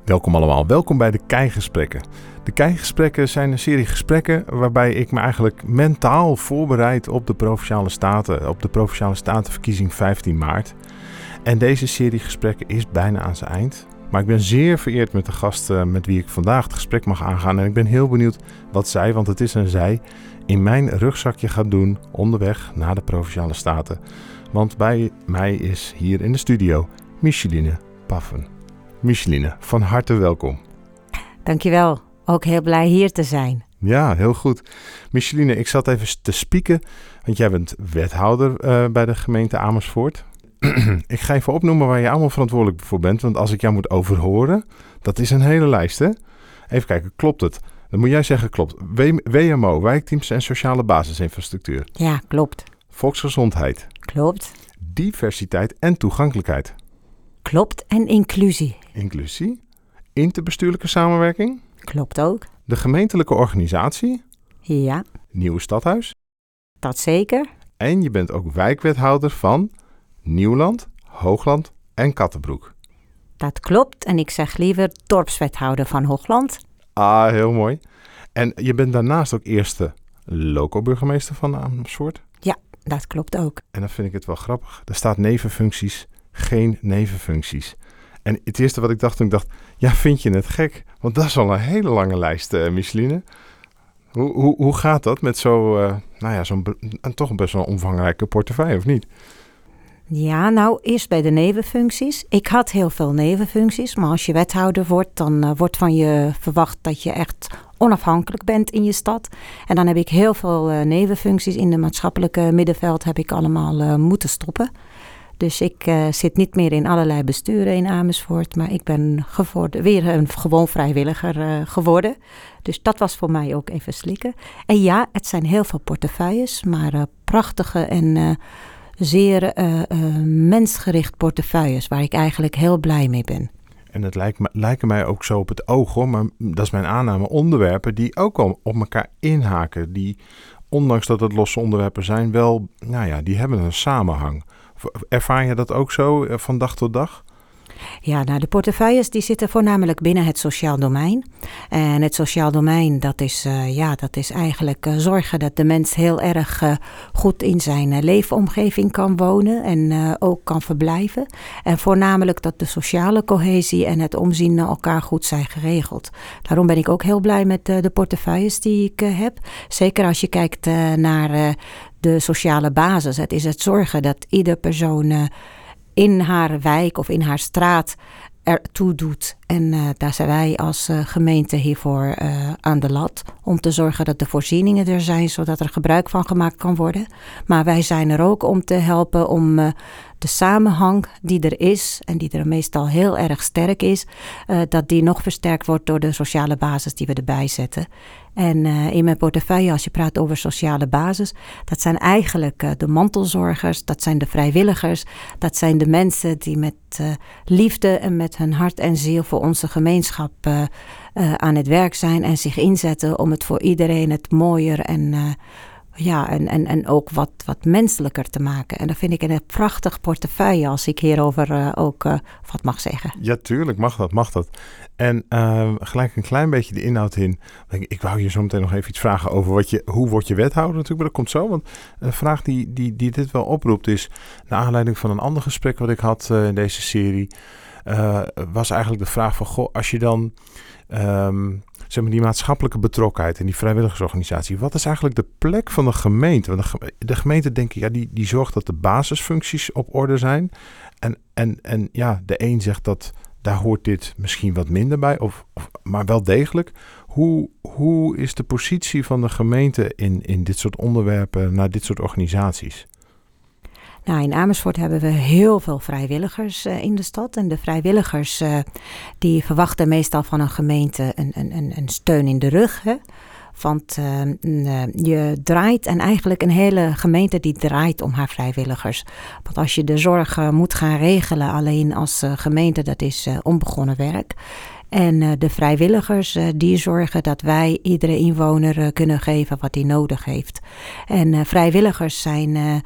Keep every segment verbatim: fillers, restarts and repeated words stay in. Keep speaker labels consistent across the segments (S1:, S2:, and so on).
S1: Welkom allemaal, welkom bij de Keigesprekken. De Keigesprekken zijn een serie gesprekken waarbij ik me eigenlijk mentaal voorbereid op de Provinciale Staten, op de Provinciale Statenverkiezing vijftien maart. En deze serie gesprekken is bijna aan zijn eind. Maar ik ben zeer vereerd met de gasten met wie ik vandaag het gesprek mag aangaan. En ik ben heel benieuwd wat zij, want het is een zij, in mijn rugzakje gaat doen onderweg naar de Provinciale Staten. Want bij mij is hier in de studio Micheline Paffen. Micheline, van harte welkom.
S2: Dankjewel. Ook heel blij hier te zijn.
S1: Ja, heel goed. Micheline, ik zat even te spieken, want jij bent wethouder uh, bij de gemeente Amersfoort. Ik ga even opnoemen waar je allemaal verantwoordelijk voor bent, want als ik jou moet overhoren, dat is een hele lijst, hè? Even kijken, klopt het? Dan moet jij zeggen, klopt. W M O, wijkteams en sociale basisinfrastructuur.
S2: Ja, klopt.
S1: Volksgezondheid.
S2: Klopt.
S1: Diversiteit en toegankelijkheid.
S2: Klopt. En inclusie.
S1: Inclusie. Interbestuurlijke samenwerking.
S2: Klopt ook.
S1: De gemeentelijke organisatie.
S2: Ja.
S1: Nieuwe stadhuis.
S2: Dat zeker.
S1: En je bent ook wijkwethouder van Nieuwland, Hoogland en Kattenbroek.
S2: Dat klopt. En ik zeg liever dorpswethouder van Hoogland.
S1: Ah, heel mooi. En je bent daarnaast ook eerste loco-burgemeester van Amersfoort.
S2: Ja, dat klopt ook.
S1: En dan vind ik het wel grappig. Er staat nevenfuncties, geen nevenfuncties. En het eerste wat ik dacht toen ik dacht, ja, vind je het gek? Want dat is al een hele lange lijst, uh, Micheline. Hoe, hoe, hoe gaat dat met zo, uh, nou ja, zo'n be- toch best wel omvangrijke portefeuille, of niet?
S2: Ja, nou, eerst bij de nevenfuncties. Ik had heel veel nevenfuncties, maar als je wethouder wordt, dan uh, wordt van je verwacht dat je echt onafhankelijk bent in je stad. En dan heb ik heel veel uh, nevenfuncties in de maatschappelijke middenveld heb ik allemaal uh, moeten stoppen. Dus ik uh, zit niet meer in allerlei besturen in Amersfoort, maar ik ben geworden, weer een gewoon vrijwilliger uh, geworden. Dus dat was voor mij ook even slikken. En ja, het zijn heel veel portefeuilles, maar uh, prachtige en uh, zeer uh, uh, mensgericht portefeuilles, waar ik eigenlijk heel blij mee ben.
S1: En het lijkt me, lijken mij ook zo op het oog, hoor, maar dat is mijn aanname, onderwerpen die ook al op elkaar inhaken, die, ondanks dat het losse onderwerpen zijn, wel, nou ja, die hebben een samenhang. Ervaar je dat ook zo van dag tot dag?
S2: Ja, nou de portefeuilles die zitten voornamelijk binnen het sociaal domein. En het sociaal domein, dat is, uh, ja, dat is eigenlijk uh, zorgen dat de mens heel erg uh, goed in zijn uh, leefomgeving kan wonen en uh, ook kan verblijven. En voornamelijk dat de sociale cohesie en het omzien naar elkaar goed zijn geregeld. Daarom ben ik ook heel blij met uh, de portefeuilles die ik uh, heb. Zeker als je kijkt uh, naar uh, de sociale basis. Het is het zorgen dat ieder persoon Uh, in haar wijk of in haar straat ertoe doet. En uh, daar zijn wij als uh, gemeente hiervoor uh, aan de lat. Om te zorgen dat de voorzieningen er zijn, zodat er gebruik van gemaakt kan worden. Maar wij zijn er ook om te helpen om uh, de samenhang die er is, en die er meestal heel erg sterk is, uh, dat die nog versterkt wordt door de sociale basis die we erbij zetten. En uh, in mijn portefeuille, als je praat over sociale basis, dat zijn eigenlijk uh, de mantelzorgers, dat zijn de vrijwilligers, dat zijn de mensen die met uh, liefde en met hun hart en ziel voor onze gemeenschap uh, uh, aan het werk zijn en zich inzetten om het voor iedereen het mooier en uh, Ja, en, en, en ook wat, wat menselijker te maken. En dat vind ik een prachtig portefeuille, als ik hierover uh, ook uh, wat mag zeggen.
S1: Ja, tuurlijk, mag dat, mag dat. En uh, gelijk een klein beetje de inhoud in. Ik, ik wou je zo meteen nog even iets vragen over wat je, hoe word je wethouder natuurlijk, maar dat komt zo. Want een vraag die, die, die dit wel oproept is, naar aanleiding van een ander gesprek wat ik had uh, in deze serie, uh, was eigenlijk de vraag van, goh, als je dan Um, zeg maar die maatschappelijke betrokkenheid en die vrijwilligersorganisatie, wat is eigenlijk de plek van de gemeente? Want de, geme- de gemeente, denk ik, ja, die, die zorgt dat de basisfuncties op orde zijn. En, en, en ja, de een zegt dat daar hoort dit misschien wat minder bij, of, of, maar wel degelijk. Hoe, hoe is de positie van de gemeente in, in dit soort onderwerpen naar dit soort organisaties?
S2: Nou, in Amersfoort hebben we heel veel vrijwilligers uh, in de stad. En de vrijwilligers uh, die verwachten meestal van een gemeente een, een, een steun in de rug. Hè? Want uh, uh, je draait, en eigenlijk een hele gemeente die draait om haar vrijwilligers. Want als je de zorg uh, moet gaan regelen alleen als uh, gemeente, dat is uh, onbegonnen werk. En uh, de vrijwilligers uh, die zorgen dat wij iedere inwoner uh, kunnen geven wat hij nodig heeft. En uh, vrijwilligers zijn Uh,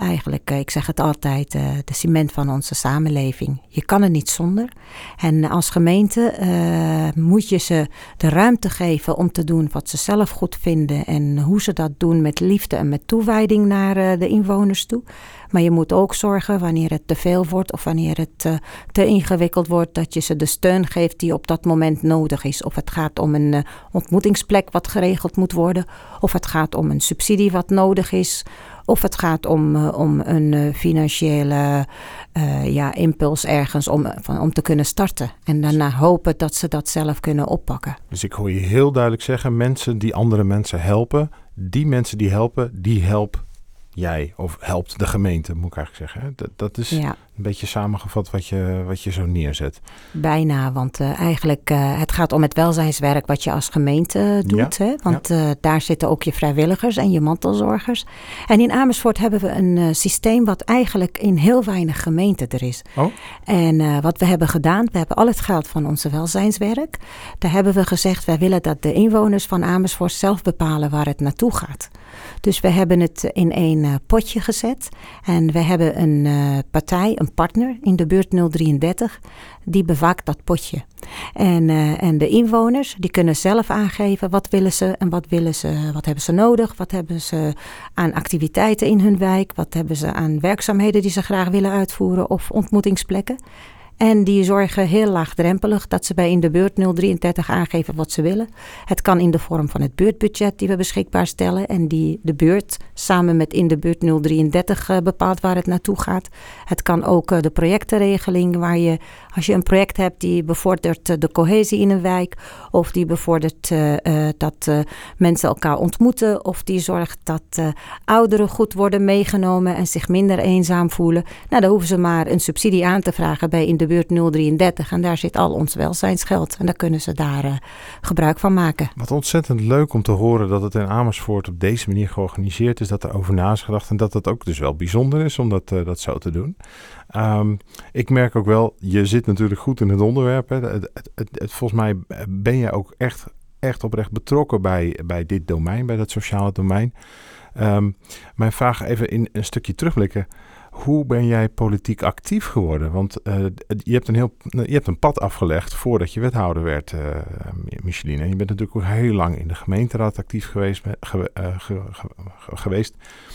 S2: eigenlijk, ik zeg het altijd, de cement van onze samenleving. Je kan er niet zonder. En als gemeente uh, moet je ze de ruimte geven om te doen wat ze zelf goed vinden. En hoe ze dat doen met liefde en met toewijding naar uh, de inwoners toe. Maar je moet ook zorgen wanneer het te veel wordt of wanneer het uh, te ingewikkeld wordt, dat je ze de steun geeft die op dat moment nodig is. Of het gaat om een uh, ontmoetingsplek wat geregeld moet worden. Of het gaat om een subsidie wat nodig is. Of het gaat om, uh, om een uh, financiële uh, ja, impuls ergens om, van, om te kunnen starten. En daarna hopen dat ze dat zelf kunnen oppakken.
S1: Dus ik hoor je heel duidelijk zeggen, mensen die andere mensen helpen, die mensen die helpen, die helpen jij of helpt de gemeente, moet ik eigenlijk zeggen. Dat, dat is ja. een beetje samengevat wat je, wat je zo neerzet.
S2: Bijna, want uh, eigenlijk uh, het gaat om het welzijnswerk wat je als gemeente doet. Ja. Hè? Want ja. uh, daar zitten ook je vrijwilligers en je mantelzorgers. En in Amersfoort hebben we een uh, systeem wat eigenlijk in heel weinig gemeenten er is.
S1: Oh.
S2: En uh, wat we hebben gedaan, we hebben al het geld van onze welzijnswerk. Daar hebben we gezegd, wij willen dat de inwoners van Amersfoort zelf bepalen waar het naartoe gaat. Dus we hebben het in één uh, potje gezet. En we hebben een uh, partij, een partner in de buurt nul drieëndertig, die bewaakt dat potje. En, uh, en de inwoners, die kunnen zelf aangeven wat willen ze en wat willen ze, wat hebben ze nodig, wat hebben ze aan activiteiten in hun wijk, wat hebben ze aan werkzaamheden die ze graag willen uitvoeren of ontmoetingsplekken. En die zorgen heel laagdrempelig dat ze bij in de buurt nul drieëndertig aangeven wat ze willen. Het kan in de vorm van het buurtbudget die we beschikbaar stellen. En die de buurt samen met in de buurt nul drieëndertig uh, bepaalt waar het naartoe gaat. Het kan ook uh, de projectenregeling waar je, als je een project hebt die bevordert uh, de cohesie in een wijk. Of die bevordert uh, uh, dat uh, mensen elkaar ontmoeten. Of die zorgt dat uh, ouderen goed worden meegenomen en zich minder eenzaam voelen. Nou, dan hoeven ze maar een subsidie aan te vragen bij in de buurt nul drieëndertig en daar zit al ons welzijnsgeld. En daar kunnen ze daar uh, gebruik van maken.
S1: Wat ontzettend leuk om te horen dat het in Amersfoort op deze manier georganiseerd is, dat er over na is gedacht en dat het ook dus wel bijzonder is om dat, uh, dat zo te doen. Um, ik merk ook wel, je zit natuurlijk goed in het onderwerp. Hè. Het, het, het, het, volgens mij ben je ook echt, echt oprecht betrokken bij, bij dit domein, bij dat sociale domein. Um, mijn vraag even in een stukje terugblikken. Hoe ben jij politiek actief geworden? Want uh, je, hebt een heel, je hebt een pad afgelegd voordat je wethouder werd, uh, Micheline. En je bent natuurlijk ook heel lang in de gemeenteraad actief geweest. Ge, uh, ge, ge, geweest.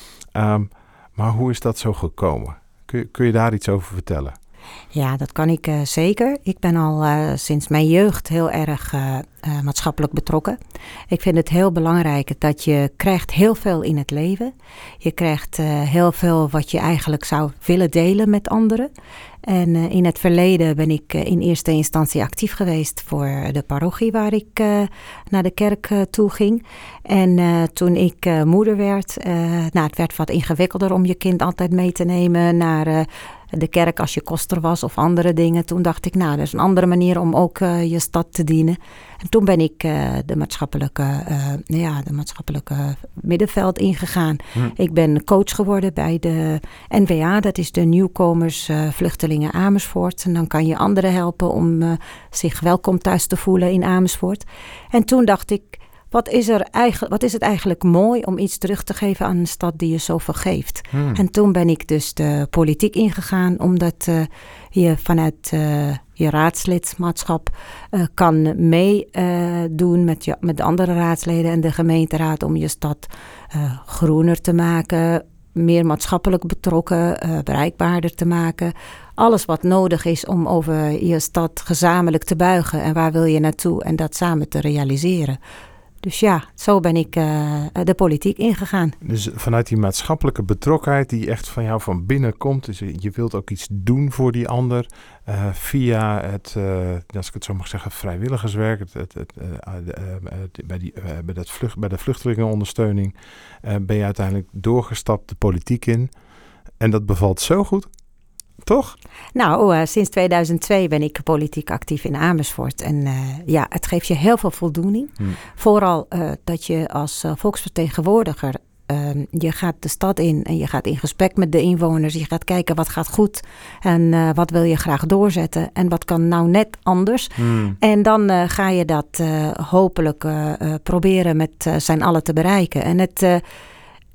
S1: Um, maar hoe is dat zo gekomen? Kun, kun je daar iets over vertellen?
S2: Ja, dat kan ik uh, zeker. Ik ben al uh, sinds mijn jeugd heel erg uh, uh, maatschappelijk betrokken. Ik vind het heel belangrijk dat je krijgt heel veel in het leven. Je krijgt uh, heel veel wat je eigenlijk zou willen delen met anderen. En uh, in het verleden ben ik uh, in eerste instantie actief geweest voor de parochie waar ik uh, naar de kerk uh, toe ging. En uh, toen ik uh, moeder werd, uh, nou, het werd wat ingewikkelder om je kind altijd mee te nemen naar uh, de kerk als je koster was of andere dingen. Toen dacht ik, nou, dat is een andere manier om ook uh, je stad te dienen. En toen ben ik uh, de maatschappelijke, uh, ja, de maatschappelijke middenveld ingegaan. Hm. Ik ben coach geworden bij de N W A, dat is de Nieuwkomers uh, Vluchtelingen Amersfoort. En dan kan je anderen helpen om uh, zich welkom thuis te voelen in Amersfoort. En toen dacht ik, Wat is, er eigenlijk, wat is het eigenlijk mooi om iets terug te geven aan een stad die je zoveel geeft. Hmm. En toen ben ik dus de politiek ingegaan, omdat uh, je vanuit uh, je raadslidmaatschap uh, kan meedoen uh, met, je, met de andere raadsleden en de gemeenteraad om je stad uh, groener te maken, meer maatschappelijk betrokken, uh, bereikbaarder te maken. Alles wat nodig is om over je stad gezamenlijk te buigen en waar wil je naartoe en dat samen te realiseren. Dus ja, zo ben ik uh, de politiek ingegaan. Dus
S1: vanuit die maatschappelijke betrokkenheid die echt van jou van binnen komt. Dus je wilt ook iets doen voor die ander. Uh, via het, uh, als ik het zo mag zeggen, vrijwilligerswerk. Het, het, het, uh, uh, uh, bij, die, uh, bij, dat vlucht, bij de vluchtelingenondersteuning uh, ben je uiteindelijk doorgestapt de politiek in. En dat bevalt zo goed. Toch?
S2: Nou, uh, sinds tweeduizend twee ben ik politiek actief in Amersfoort. En uh, ja, het geeft je heel veel voldoening. Hmm. Vooral uh, dat je als uh, volksvertegenwoordiger, uh, je gaat de stad in en je gaat in gesprek met de inwoners. Je gaat kijken wat gaat goed en uh, wat wil je graag doorzetten en wat kan nou net anders. Hmm. En dan uh, ga je dat uh, hopelijk uh, uh, proberen met uh, z'n allen te bereiken. En het... Uh,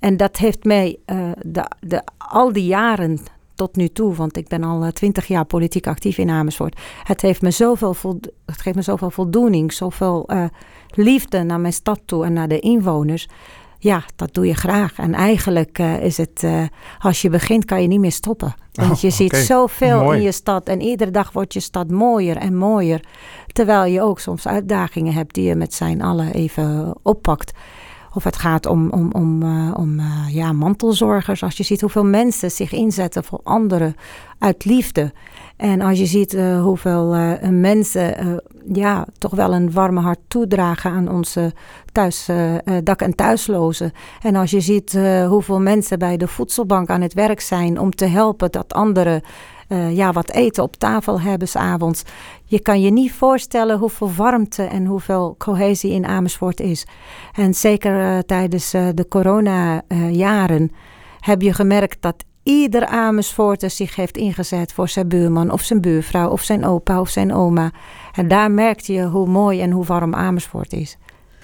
S2: en dat heeft mij uh, de, de, al die jaren tot nu toe, want ik ben al twintig jaar politiek actief in Amersfoort. Het, heeft me zoveel voldo- het geeft me zoveel voldoening, zoveel uh, liefde naar mijn stad toe en naar de inwoners. Ja, dat doe je graag. En eigenlijk uh, is het, uh, als je begint kan je niet meer stoppen. Want je oh, ziet okay. zoveel Mooi. in je stad en iedere dag wordt je stad mooier en mooier. Terwijl je ook soms uitdagingen hebt die je met z'n allen even oppakt. Of het gaat om, om, om, uh, om uh, ja, mantelzorgers. Als je ziet hoeveel mensen zich inzetten voor anderen uit liefde. En als je ziet uh, hoeveel uh, mensen uh, ja, toch wel een warme hart toedragen aan onze thuis, uh, dak- en thuislozen. En als je ziet uh, hoeveel mensen bij de voedselbank aan het werk zijn om te helpen dat anderen uh, ja, wat eten op tafel hebben 's avonds. Je kan je niet voorstellen hoeveel warmte en hoeveel cohesie in Amersfoort is. En zeker uh, tijdens uh, de corona-jaren uh, heb je gemerkt dat ieder Amersfoorter zich heeft ingezet voor zijn buurman of zijn buurvrouw of zijn opa of zijn oma. En daar merkte je hoe mooi en hoe warm Amersfoort is.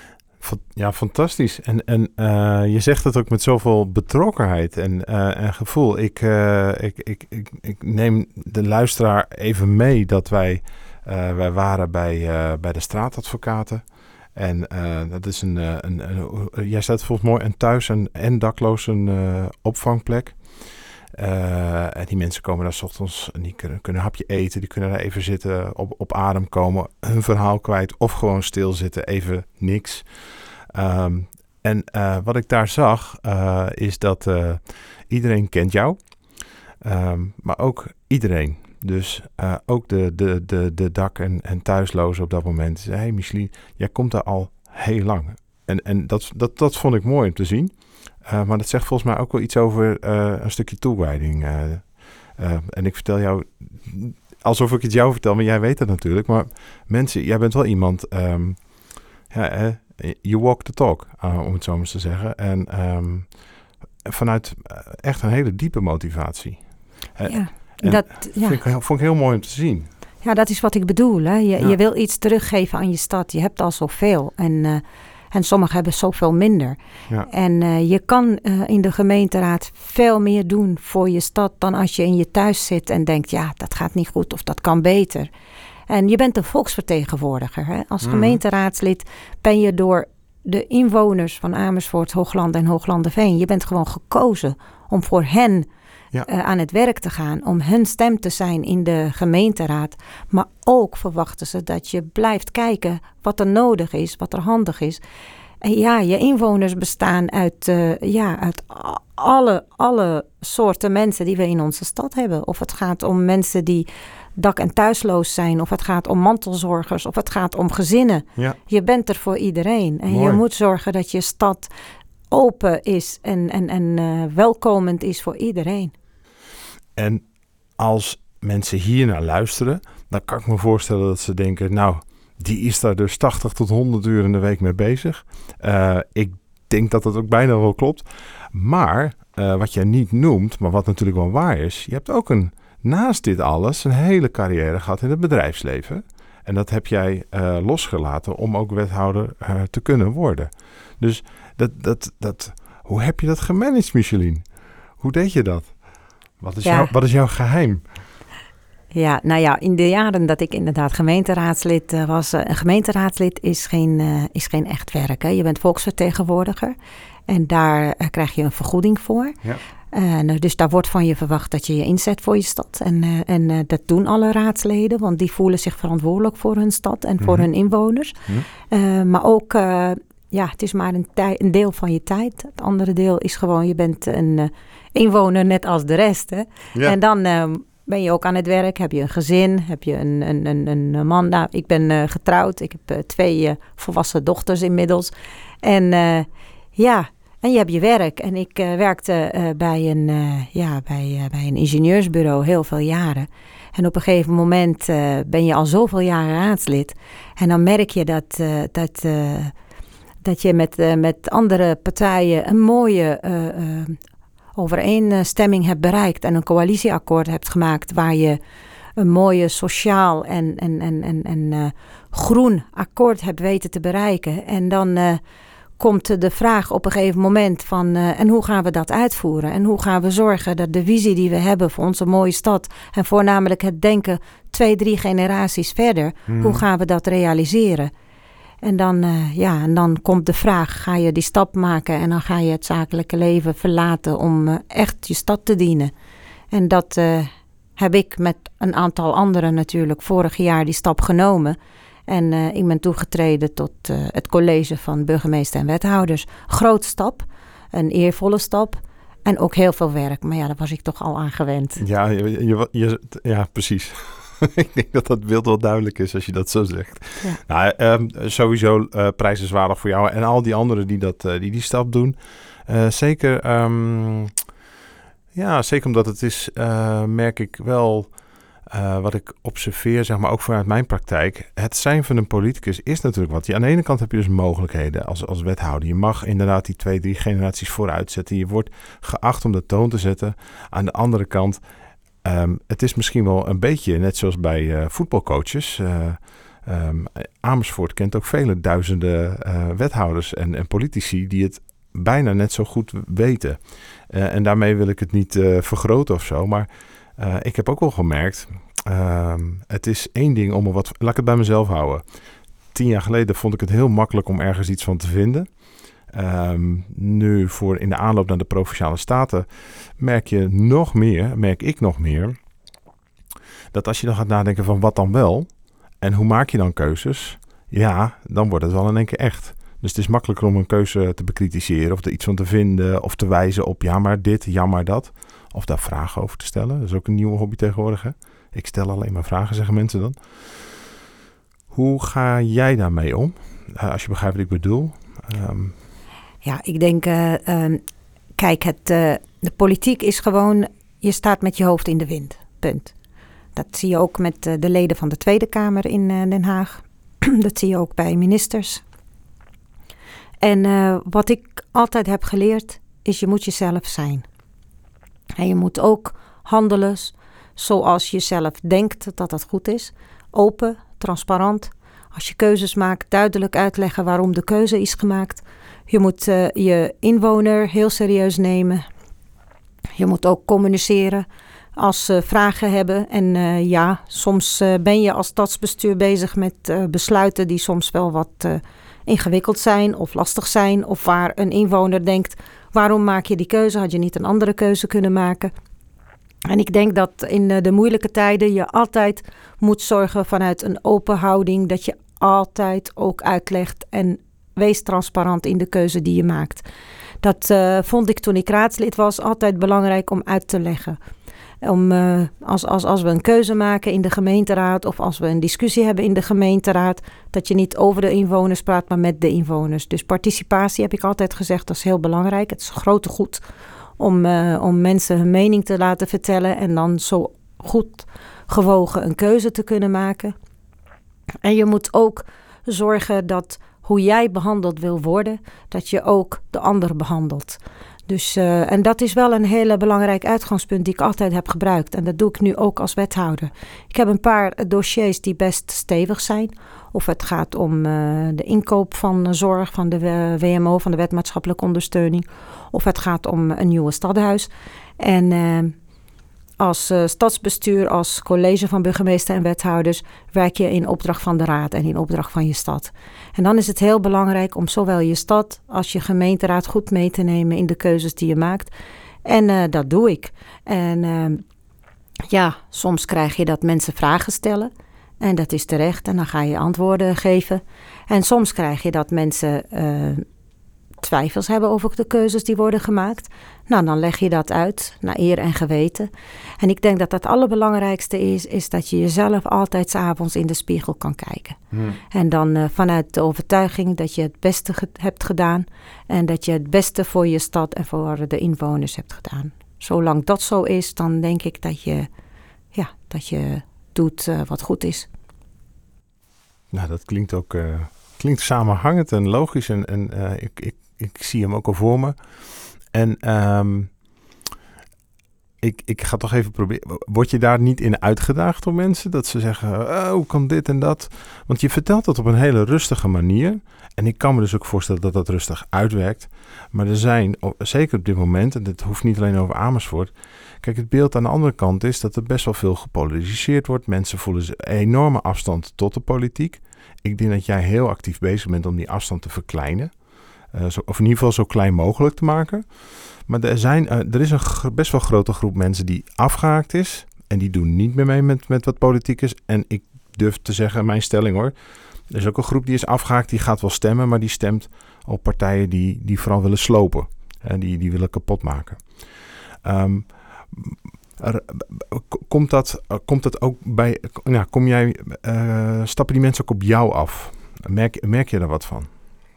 S1: Ja, fantastisch. En, en uh, je zegt het ook met zoveel betrokkenheid en, uh, en gevoel. Ik, uh, ik, ik, ik, ik neem de luisteraar even mee dat wij, uh, wij waren bij, uh, bij de straatadvocaten. En uh, dat is een, uh, een, een, een, jij zegt volgens mooi, een thuis- en, en daklozen uh, opvangplek. Uh, en die mensen komen daar 's ochtends en die kunnen, kunnen een hapje eten. Die kunnen daar even zitten, op, op adem komen, hun verhaal kwijt of gewoon stilzitten, even niks. Um, en uh, wat ik daar zag uh, is dat uh, iedereen kent jou, um, maar ook iedereen. Dus uh, ook de, de, de, de dak- en, en thuislozen op dat moment. Hé hey Micheline, jij komt daar al heel lang. En, en dat, dat, dat vond ik mooi om te zien. Uh, maar dat zegt volgens mij ook wel iets over uh, een stukje toewijding. Uh, uh, en ik vertel jou, alsof ik het jou vertel, maar jij weet het natuurlijk. Maar mensen, jij bent wel iemand, um, ja, uh, you walk the talk, uh, om het zo maar eens te zeggen. En um, vanuit uh, echt een hele diepe motivatie. Uh,
S2: ja, dat ja.
S1: Vind ik, vond ik heel mooi om te zien.
S2: Ja, dat is wat ik bedoel. Hè. Je, ja. je wil iets teruggeven aan je stad. Je hebt al zoveel. En... Uh, En sommigen hebben zoveel minder. Ja. En uh, je kan uh, in de gemeenteraad veel meer doen voor je stad dan als je in je thuis zit en denkt, ja, dat gaat niet goed of dat kan beter. En je bent een volksvertegenwoordiger. Hè? Als mm. gemeenteraadslid ben je door de inwoners van Amersfoort, Hoogland en Hooglanderveen, je bent gewoon gekozen om voor hen ja. uh, aan het werk te gaan, om hun stem te zijn in de gemeenteraad. Maar ook verwachten ze dat je blijft kijken wat er nodig is, wat er handig is. En ja, je inwoners bestaan uit, uh, ja, uit alle, alle soorten mensen die we in onze stad hebben. Of het gaat om mensen die dak- en thuisloos zijn, of het gaat om mantelzorgers, of het gaat om gezinnen. Ja. Je bent er voor iedereen. En Mooi. Je moet zorgen dat je stad open is en, en, en uh, welkomend is voor iedereen.
S1: En als mensen hier naar luisteren, dan kan ik me voorstellen dat ze denken, nou, die is daar dus tachtig tot honderd uur in de week mee bezig. Uh, ik denk dat dat ook bijna wel klopt. Maar uh, wat jij niet noemt, maar wat natuurlijk wel waar is, je hebt ook een, naast dit alles een hele carrière gehad in het bedrijfsleven. En dat heb jij uh, losgelaten om ook wethouder uh, te kunnen worden. Dus dat, dat, dat, hoe heb je dat gemanaged, Micheline? Hoe deed je dat? Wat is, ja. jou, wat is jouw geheim?
S2: Ja, nou ja, in de jaren dat ik inderdaad gemeenteraadslid uh, was. Uh, een gemeenteraadslid is geen, uh, is geen echt werk. Hè. Je bent volksvertegenwoordiger en daar uh, krijg je een vergoeding voor. Ja. Uh, dus daar wordt van je verwacht dat je je inzet voor je stad. En, uh, en uh, dat doen alle raadsleden, want die voelen zich verantwoordelijk voor hun stad en mm-hmm. voor hun inwoners. Mm-hmm. Uh, maar ook, uh, ja, het is maar een, tij- een deel van je tijd. Het andere deel is gewoon, je bent een uh, inwoner net als de rest. Hè? Ja. En dan uh, ben je ook aan het werk, heb je een gezin, heb je een, een, een, een man. Nou, ik ben uh, getrouwd, ik heb uh, twee uh, volwassen dochters inmiddels. En uh, ja... En je hebt je werk. En ik uh, werkte uh, bij, een, uh, ja, bij, uh, bij een ingenieursbureau heel veel jaren. En op een gegeven moment uh, ben je al zoveel jaren raadslid. En dan merk je dat, uh, dat, uh, dat je met, uh, met andere partijen een mooie uh, uh, overeenstemming hebt bereikt. En een coalitieakkoord hebt gemaakt waar je een mooie sociaal en, en, en, en, en uh, groen akkoord hebt weten te bereiken. En dan... Uh, komt de vraag op een gegeven moment van... Uh, en hoe gaan we dat uitvoeren? En hoe gaan we zorgen dat de visie die we hebben voor onze mooie stad... en voornamelijk het denken twee, drie generaties verder... Hmm. hoe gaan we dat realiseren? En dan, uh, ja, en dan komt de vraag, ga je die stap maken... en dan ga je het zakelijke leven verlaten om uh, echt je stad te dienen. En dat uh, heb ik met een aantal anderen natuurlijk vorig jaar die stap genomen... En uh, ik ben toegetreden tot uh, het college van burgemeester en wethouders. Grote stap, een eervolle stap en ook heel veel werk. Maar ja, daar was ik toch al aan gewend.
S1: Ja, je, je, je, ja precies. Ik denk dat dat beeld wel duidelijk is als je dat zo zegt. Ja. Nou, um, sowieso uh, prijzenswaardig voor jou en al die anderen die dat, uh, die, die stap doen. Uh, zeker, um, ja, zeker omdat het is, uh, merk ik wel... Uh, wat ik observeer, zeg maar ook vanuit mijn praktijk... het zijn van een politicus is natuurlijk wat. Je, aan de ene kant heb je dus mogelijkheden als, als wethouder. Je mag inderdaad die twee, drie generaties vooruit zetten. Je wordt geacht om de toon te zetten. Aan de andere kant, um, het is misschien wel een beetje... net zoals bij uh, voetbalcoaches... Uh, um, Amersfoort kent ook vele duizenden uh, wethouders en, en politici... die het bijna net zo goed weten. Uh, en daarmee wil ik het niet uh, vergroten of zo, maar... Uh, ik heb ook wel gemerkt, uh, het is één ding om er wat... Laat ik het bij mezelf houden. Tien jaar geleden vond ik het heel makkelijk om ergens iets van te vinden. Um, nu voor in de aanloop naar de Provinciale Staten merk je nog meer, merk ik nog meer... dat als je dan gaat nadenken van wat dan wel en hoe maak je dan keuzes... ja, dan wordt het wel in één keer echt. Dus het is makkelijker om een keuze te bekritiseren of er iets van te vinden... of te wijzen op ja maar dit, ja maar dat... Of daar vragen over te stellen. Dat is ook een nieuwe hobby tegenwoordig. Hè? Ik stel alleen maar vragen, zeggen mensen dan. Hoe ga jij daarmee om? Uh, als je begrijpt wat ik bedoel. Um...
S2: Ja, ik denk... Uh, um, kijk, het, uh, de politiek is gewoon... Je staat met je hoofd in de wind. Punt. Dat zie je ook met uh, de leden van de Tweede Kamer in uh, Den Haag. Dat zie je ook bij ministers. En uh, wat ik altijd heb geleerd... is je moet jezelf zijn. En je moet ook handelen zoals je zelf denkt dat dat goed is. Open, transparant. Als je keuzes maakt, duidelijk uitleggen waarom de keuze is gemaakt. Je moet uh, je inwoner heel serieus nemen. Je moet ook communiceren als ze vragen hebben. En uh, ja, soms uh, ben je als stadsbestuur bezig met uh, besluiten die soms wel wat uh, ingewikkeld zijn of lastig zijn. Of waar een inwoner denkt... Waarom maak je die keuze? Had je niet een andere keuze kunnen maken? En ik denk dat in de moeilijke tijden je altijd moet zorgen vanuit een open houding. Dat je altijd ook uitlegt en wees transparant in de keuze die je maakt. Dat uh, vond ik toen ik raadslid was altijd belangrijk om uit te leggen. Om, uh, als, als, als we een keuze maken in de gemeenteraad of als we een discussie hebben in de gemeenteraad, dat je niet over de inwoners praat, maar met de inwoners. Dus participatie heb ik altijd gezegd, dat is heel belangrijk. Het is een grote goed om, uh, om mensen hun mening te laten vertellen en dan zo goed gewogen een keuze te kunnen maken. En je moet ook zorgen dat hoe jij behandeld wil worden, dat je ook de ander behandelt. Dus, uh, en dat is wel een hele belangrijk uitgangspunt die ik altijd heb gebruikt. En dat doe ik nu ook als wethouder. Ik heb een paar dossiers die best stevig zijn. Of het gaat om uh, de inkoop van zorg van de W M O, van de Wet Maatschappelijke Ondersteuning. Of het gaat om een nieuwe stadhuis. En uh, als uh, stadsbestuur, als college van burgemeester en wethouders werk je in opdracht van de raad en in opdracht van je stad. En dan is het heel belangrijk om zowel je stad als je gemeenteraad goed mee te nemen in de keuzes die je maakt. En uh, dat doe ik. En uh, ja, soms krijg je dat mensen vragen stellen. En dat is terecht. En dan ga je antwoorden geven. En soms krijg je dat mensen uh, twijfels hebben over de keuzes die worden gemaakt. Nou, dan leg je dat uit naar eer en geweten. En ik denk dat het allerbelangrijkste is, is dat je jezelf altijd 's avonds in de spiegel kan kijken. Hmm. En dan uh, vanuit de overtuiging dat je het beste ge- hebt gedaan. En dat je het beste voor je stad en voor de inwoners hebt gedaan. Zolang dat zo is, dan denk ik dat je, ja, dat je doet uh, wat goed is.
S1: Nou, dat klinkt ook uh, klinkt samenhangend en logisch. En, en uh, ik, ik, ik zie hem ook al voor me. En um, ik, ik ga toch even proberen. Word je daar niet in uitgedaagd door mensen? Dat ze zeggen, oh, hoe kan dit en dat? Want je vertelt dat op een hele rustige manier. En ik kan me dus ook voorstellen dat dat rustig uitwerkt. Maar er zijn, zeker op dit moment, en dit hoeft niet alleen over Amersfoort. Kijk, het beeld aan de andere kant is dat er best wel veel gepolariseerd wordt. Mensen voelen een enorme afstand tot de politiek. Ik denk dat jij heel actief bezig bent om die afstand te verkleinen. Uh, zo, of in ieder geval zo klein mogelijk te maken. Maar er, zijn, uh, er is een g- best wel grote groep mensen die afgehaakt is. En die doen niet meer mee met, met wat politiek is. En ik durf te zeggen, mijn stelling hoor. Er is ook een groep die is afgehaakt, die gaat wel stemmen. Maar die stemt op partijen die, die vooral willen slopen. En die, die willen kapot maken. Um, er, komt, dat, komt dat ook bij... Nou, kom jij, uh, stappen die mensen ook op jou af? Merk, merk je daar wat van?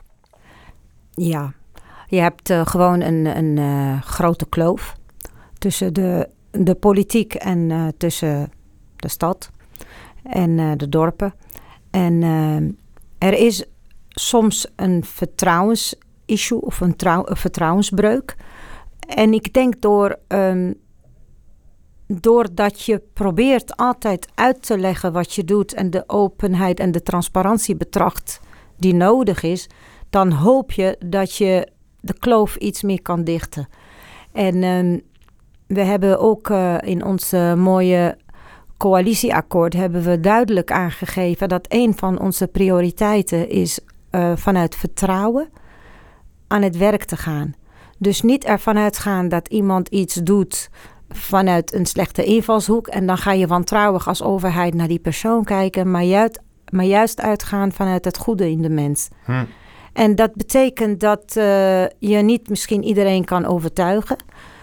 S2: Ja, je hebt uh, gewoon een, een uh, grote kloof tussen de, de politiek en uh, tussen de stad en uh, de dorpen. En uh, er is soms een vertrouwensissue of een, trouw, een vertrouwensbreuk. En ik denk door, um, doordat je probeert altijd uit te leggen wat je doet en de openheid en de transparantie betracht die nodig is, dan hoop je dat je de kloof iets meer kan dichten. En um, we hebben ook uh, in ons uh, mooie coalitieakkoord hebben we duidelijk aangegeven dat een van onze prioriteiten is uh, vanuit vertrouwen aan het werk te gaan. Dus niet ervan uitgaan dat iemand iets doet vanuit een slechte invalshoek en dan ga je wantrouwig als overheid naar die persoon kijken, maar juist, maar juist uitgaan vanuit het goede in de mens. Hm. En dat betekent dat uh, je niet misschien iedereen kan overtuigen.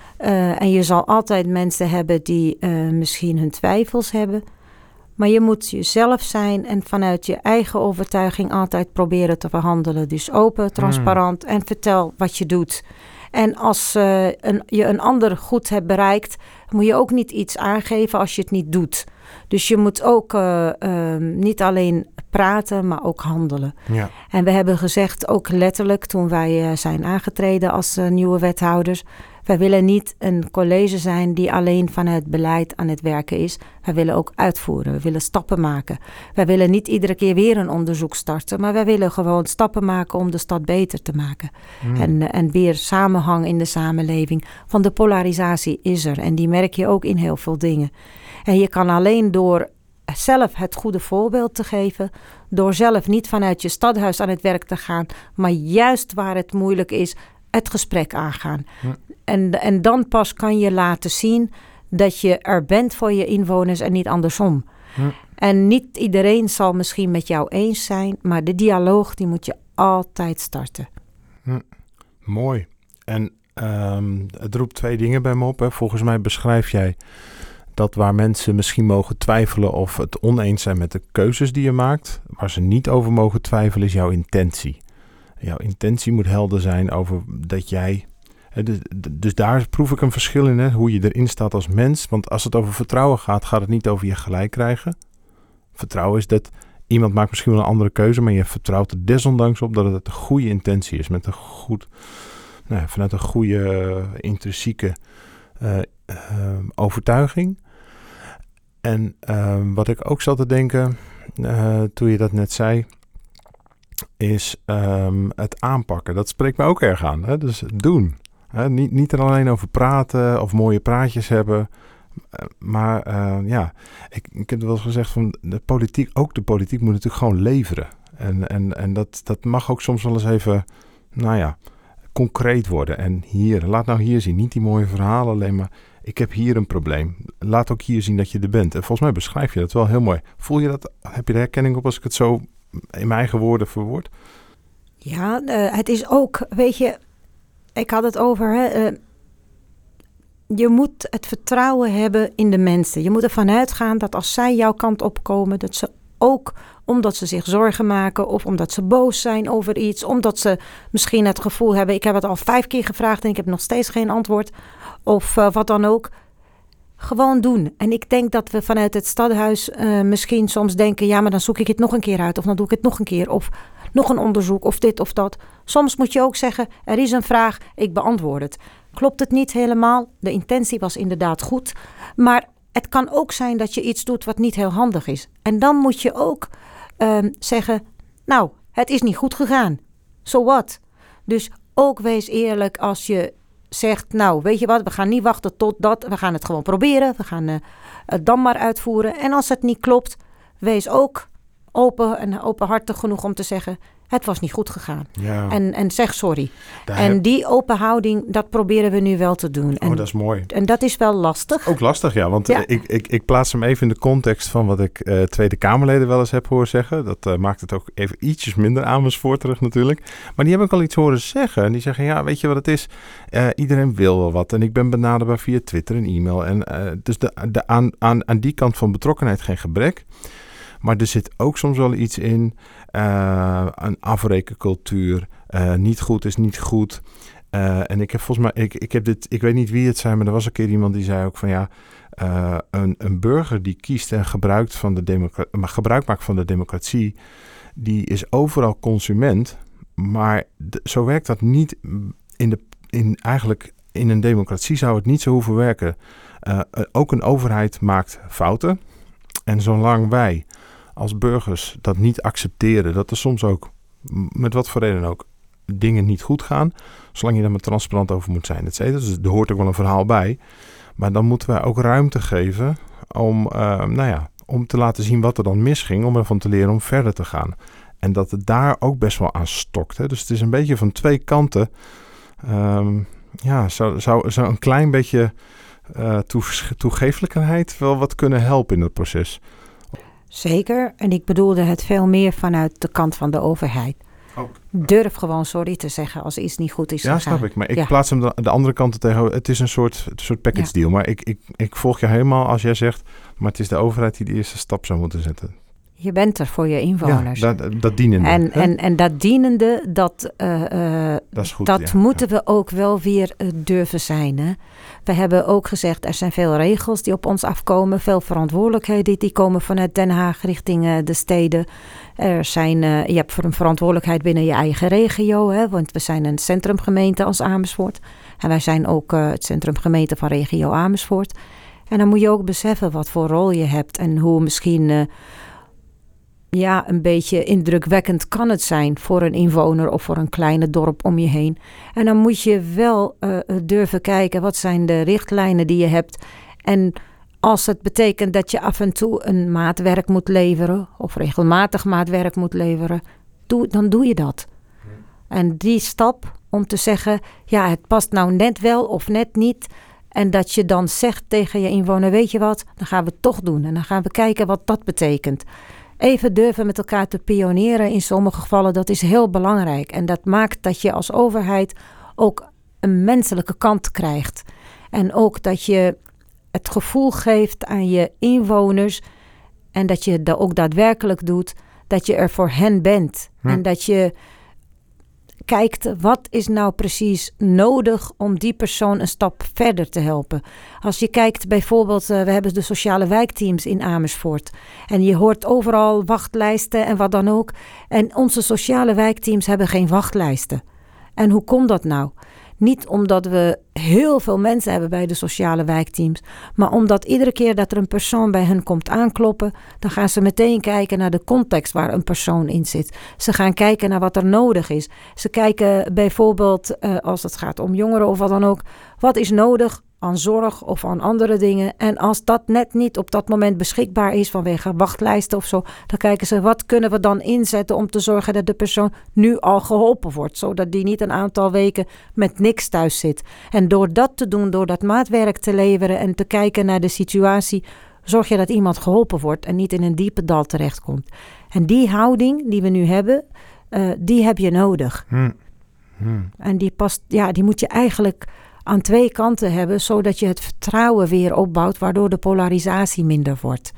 S2: Uh, en je zal altijd mensen hebben die uh, misschien hun twijfels hebben. Maar je moet jezelf zijn en vanuit je eigen overtuiging altijd proberen te verhandelen. Dus open, transparant mm. en vertel wat je doet. En als uh, een, je een ander goed hebt bereikt, moet je ook niet iets aangeven als je het niet doet. Dus je moet ook uh, uh, niet alleen praten, maar ook handelen. Ja. En we hebben gezegd, ook letterlijk toen wij uh, zijn aangetreden als uh, nieuwe wethouders, wij willen niet een college zijn die alleen vanuit beleid aan het werken is. Wij willen ook uitvoeren. We willen stappen maken. Wij willen niet iedere keer weer een onderzoek starten. Maar wij willen gewoon stappen maken om de stad beter te maken. Mm. En, en weer samenhang in de samenleving. Van de polarisatie is er. En die merk je ook in heel veel dingen. En je kan alleen door zelf het goede voorbeeld te geven. Door zelf niet vanuit je stadhuis aan het werk te gaan. Maar juist waar het moeilijk is, het gesprek aangaan. Mm. En, en dan pas kan je laten zien dat je er bent voor je inwoners en niet andersom. Hm. En niet iedereen zal misschien met jou eens zijn, maar de dialoog die moet je altijd starten.
S1: Hm. Mooi. En um, het roept twee dingen bij me op. Hè. Volgens mij beschrijf jij dat waar mensen misschien mogen twijfelen of het oneens zijn met de keuzes die je maakt, waar ze niet over mogen twijfelen is jouw intentie. Jouw intentie moet helder zijn over dat jij... Dus, dus daar proef ik een verschil in, hè, hoe je erin staat als mens. Want als het over vertrouwen gaat, gaat het niet over je gelijk krijgen. Vertrouwen is dat iemand maakt misschien wel een andere keuze, maar je vertrouwt er desondanks op dat het een goede intentie is. Met een goed, nou ja, vanuit een goede uh, intrinsieke uh, uh, overtuiging. En uh, wat ik ook zat te denken, uh, toen je dat net zei, is um, het aanpakken. Dat spreekt me ook erg aan. Hè? Dus doen. He, niet, niet er alleen over praten of mooie praatjes hebben. Uh, maar uh, ja, ik, ik heb wel eens gezegd van de politiek, ook de politiek moet natuurlijk gewoon leveren. En, en, en dat, dat mag ook soms wel eens even, nou ja, concreet worden. En hier, laat nou hier zien, niet die mooie verhalen alleen maar. Ik heb hier een probleem. Laat ook hier zien dat je er bent. En volgens mij beschrijf je dat wel heel mooi. Voel je dat, heb je de herkenning op als ik het zo in mijn eigen woorden verwoord?
S2: Ja, uh, het is ook, weet je, ik had het over, hè, uh, je moet het vertrouwen hebben in de mensen. Je moet ervan uitgaan dat als zij jouw kant opkomen, dat ze ook omdat ze zich zorgen maken of omdat ze boos zijn over iets, omdat ze misschien het gevoel hebben, ik heb het al vijf keer gevraagd en ik heb nog steeds geen antwoord of uh, wat dan ook. Gewoon doen. En ik denk dat we vanuit het stadhuis uh, misschien soms denken, ja, maar dan zoek ik het nog een keer uit. Of dan doe ik het nog een keer. Of nog een onderzoek. Of dit of dat. Soms moet je ook zeggen, er is een vraag, ik beantwoord het. Klopt het niet helemaal? De intentie was inderdaad goed. Maar het kan ook zijn dat je iets doet wat niet heel handig is. En dan moet je ook uh, zeggen, nou, het is niet goed gegaan. So what? Dus ook wees eerlijk als je zegt, nou, weet je wat, we gaan niet wachten tot dat. We gaan het gewoon proberen. We gaan uh, het dan maar uitvoeren. En als het niet klopt, wees ook open en openhartig genoeg om te zeggen, het was niet goed gegaan. Ja. En, en zeg sorry. Daar en heb... die open houding, dat proberen we nu wel te doen. En,
S1: oh, dat is mooi.
S2: En dat is wel lastig.
S1: Ook lastig, ja. Want ja. Ik, ik, ik plaats hem even in de context van wat ik uh, Tweede Kamerleden wel eens heb horen zeggen. Dat uh, maakt het ook even ietsjes minder Amersfoorterig natuurlijk. Maar die heb ik al iets horen zeggen. En die zeggen, ja, weet je wat het is? Uh, iedereen wil wel wat. En ik ben benaderbaar via Twitter en e-mail. En uh, dus de, de, aan, aan, aan die kant van betrokkenheid geen gebrek. Maar er zit ook soms wel iets in, uh, een afrekencultuur. Uh, niet goed is niet goed. Uh, en ik heb volgens mij, ik, ik heb dit, ik weet niet wie het zijn, maar er was een keer iemand die zei ook van ja, uh, een, een burger die kiest en gebruikt van de democra- maar gebruik maakt van de democratie, die is overal consument. Maar de, zo werkt dat niet in de, in eigenlijk in een democratie zou het niet zo hoeven werken. Uh, ook een overheid maakt fouten. En zolang wij als burgers dat niet accepteren, dat er soms ook, met wat voor reden ook, dingen niet goed gaan, zolang je daar maar transparant over moet zijn, et cetera. Dus er hoort ook wel een verhaal bij. Maar dan moeten wij ook ruimte geven om, uh, nou ja, om te laten zien wat er dan misging, om ervan te leren om verder te gaan. En dat het daar ook best wel aan stokt. Hè? Dus het is een beetje van twee kanten. Um, ja, zou, zou, zou een klein beetje uh, toe, toegeeflijkheid wel wat kunnen helpen in het proces.
S2: Zeker. En ik bedoelde het veel meer vanuit de kant van de overheid. Oh. Durf gewoon sorry te zeggen als iets niet goed is
S1: ja,
S2: gegaan.
S1: Ja, snap ik. Maar ik ja. plaats hem de, de andere kant tegen. Het is een soort, een soort package ja. deal. Maar ik, ik, ik volg je helemaal als jij zegt, maar het is de overheid die de eerste stap zou moeten zetten.
S2: Je bent er voor je inwoners.
S1: Ja, dat, dat dienende.
S2: En, en, en dat dienende, dat, uh, uh, dat, is goed, dat ja, moeten ja. we ook wel weer uh, durven zijn. Hè? We hebben ook gezegd, er zijn veel regels die op ons afkomen. Veel verantwoordelijkheden die komen vanuit Den Haag richting uh, de steden. Er zijn, uh, je hebt een verantwoordelijkheid binnen je eigen regio. Hè? Want we zijn een centrumgemeente als Amersfoort. En wij zijn ook uh, het centrumgemeente van regio Amersfoort. En dan moet je ook beseffen wat voor rol je hebt. En hoe misschien... Uh, Ja, een beetje indrukwekkend kan het zijn voor een inwoner of voor een kleine dorp om je heen. En dan moet je wel uh, durven kijken, wat zijn de richtlijnen die je hebt. En als het betekent dat je af en toe een maatwerk moet leveren of regelmatig maatwerk moet leveren, doe, dan doe je dat. En die stap om te zeggen, ja, het past nou net wel of net niet. En dat je dan zegt tegen je inwoner, weet je wat, dan gaan we het toch doen. En dan gaan we kijken wat dat betekent. Even durven met elkaar te pionieren in sommige gevallen, dat is heel belangrijk. En dat maakt dat je als overheid ook een menselijke kant krijgt. En ook dat je het gevoel geeft aan je inwoners en dat je dat ook daadwerkelijk doet, dat je er voor hen bent. Hm. En dat je kijkt, wat is nou precies nodig om die persoon een stap verder te helpen. Als je kijkt bijvoorbeeld, uh, we hebben de sociale wijkteams in Amersfoort. En je hoort overal wachtlijsten en wat dan ook. En onze sociale wijkteams hebben geen wachtlijsten. En hoe komt dat nou? Niet omdat we heel veel mensen hebben bij de sociale wijkteams, maar omdat iedere keer dat er een persoon bij hen komt aankloppen, dan gaan ze meteen kijken naar de context waar een persoon in zit. Ze gaan kijken naar wat er nodig is. Ze kijken bijvoorbeeld, uh, als het gaat om jongeren of wat dan ook, wat is nodig aan zorg of aan andere dingen. En als dat net niet op dat moment beschikbaar is vanwege wachtlijsten of zo, dan kijken ze, wat kunnen we dan inzetten om te zorgen dat de persoon nu al geholpen wordt, zodat die niet een aantal weken met niks thuis zit. En door dat te doen, door dat maatwerk te leveren en te kijken naar de situatie, zorg je dat iemand geholpen wordt en niet in een diepe dal terechtkomt. En die houding die we nu hebben, uh, die heb je nodig. Hmm. Hmm. En die past, ja, die moet je eigenlijk aan twee kanten hebben, zodat je het vertrouwen weer opbouwt, waardoor de polarisatie minder wordt.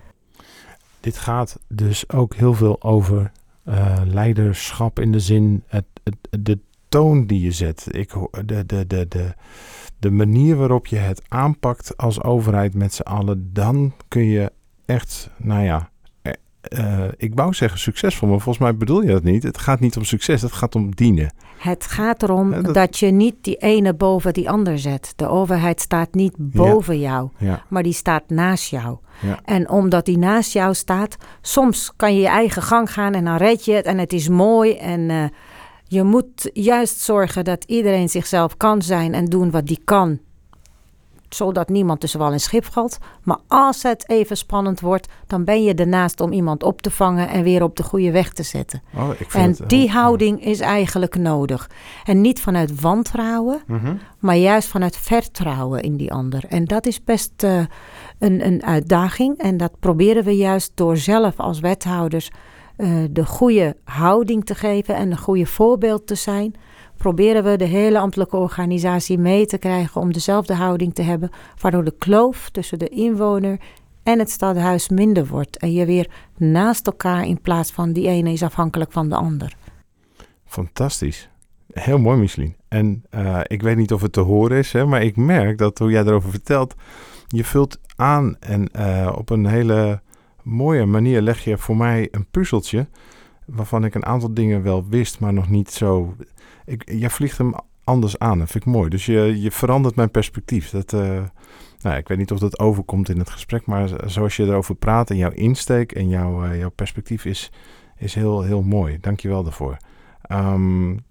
S1: Dit gaat dus ook heel veel over uh, leiderschap in de zin, het, het, de toon die je zet. Ik, de, de, de, de, de manier waarop je het aanpakt als overheid met z'n allen, dan kun je echt, nou ja, uh, ik wou zeggen succesvol, maar volgens mij bedoel je dat niet. Het gaat niet om succes, het gaat om dienen.
S2: Het gaat erom
S1: ja, dat...
S2: dat je niet die ene boven die ander zet. De overheid staat niet boven
S1: ja.
S2: jou,
S1: ja.
S2: maar die staat naast jou.
S1: Ja.
S2: En omdat die naast jou staat, soms kan je je eigen gang gaan en dan red je het en het is mooi. En uh, je moet juist zorgen dat iedereen zichzelf kan zijn en doen wat die kan. Zodat niemand tussen wal en schip valt. Maar als het even spannend wordt, dan ben je ernaast om iemand op te vangen en weer op de goede weg te zetten.
S1: Oh, ik vind
S2: en
S1: het,
S2: die
S1: oh,
S2: houding is eigenlijk nodig. En niet vanuit wantrouwen,
S1: mm-hmm.
S2: maar juist vanuit vertrouwen in die ander. En dat is best uh, een, een uitdaging. En dat proberen we juist door zelf als wethouders uh, de goede houding te geven en een goede voorbeeld te zijn. Proberen we de hele ambtelijke organisatie mee te krijgen om dezelfde houding te hebben, waardoor de kloof tussen de inwoner en het stadhuis minder wordt. En je weer naast elkaar in plaats van die ene is afhankelijk van de ander.
S1: Fantastisch. Heel mooi, Micheline. En uh, ik weet niet of het te horen is, hè, maar ik merk dat hoe jij erover vertelt, je vult aan en uh, op een hele mooie manier leg je voor mij een puzzeltje waarvan ik een aantal dingen wel wist, maar nog niet zo. Ik, jij vliegt hem anders aan, dat vind ik mooi. Dus je, je verandert mijn perspectief. Dat, uh, nou, ik weet niet of dat overkomt in het gesprek, maar zoals je erover praat en jouw insteek en jouw, uh, jouw perspectief is, is heel, heel mooi. Dank je wel daarvoor. Um,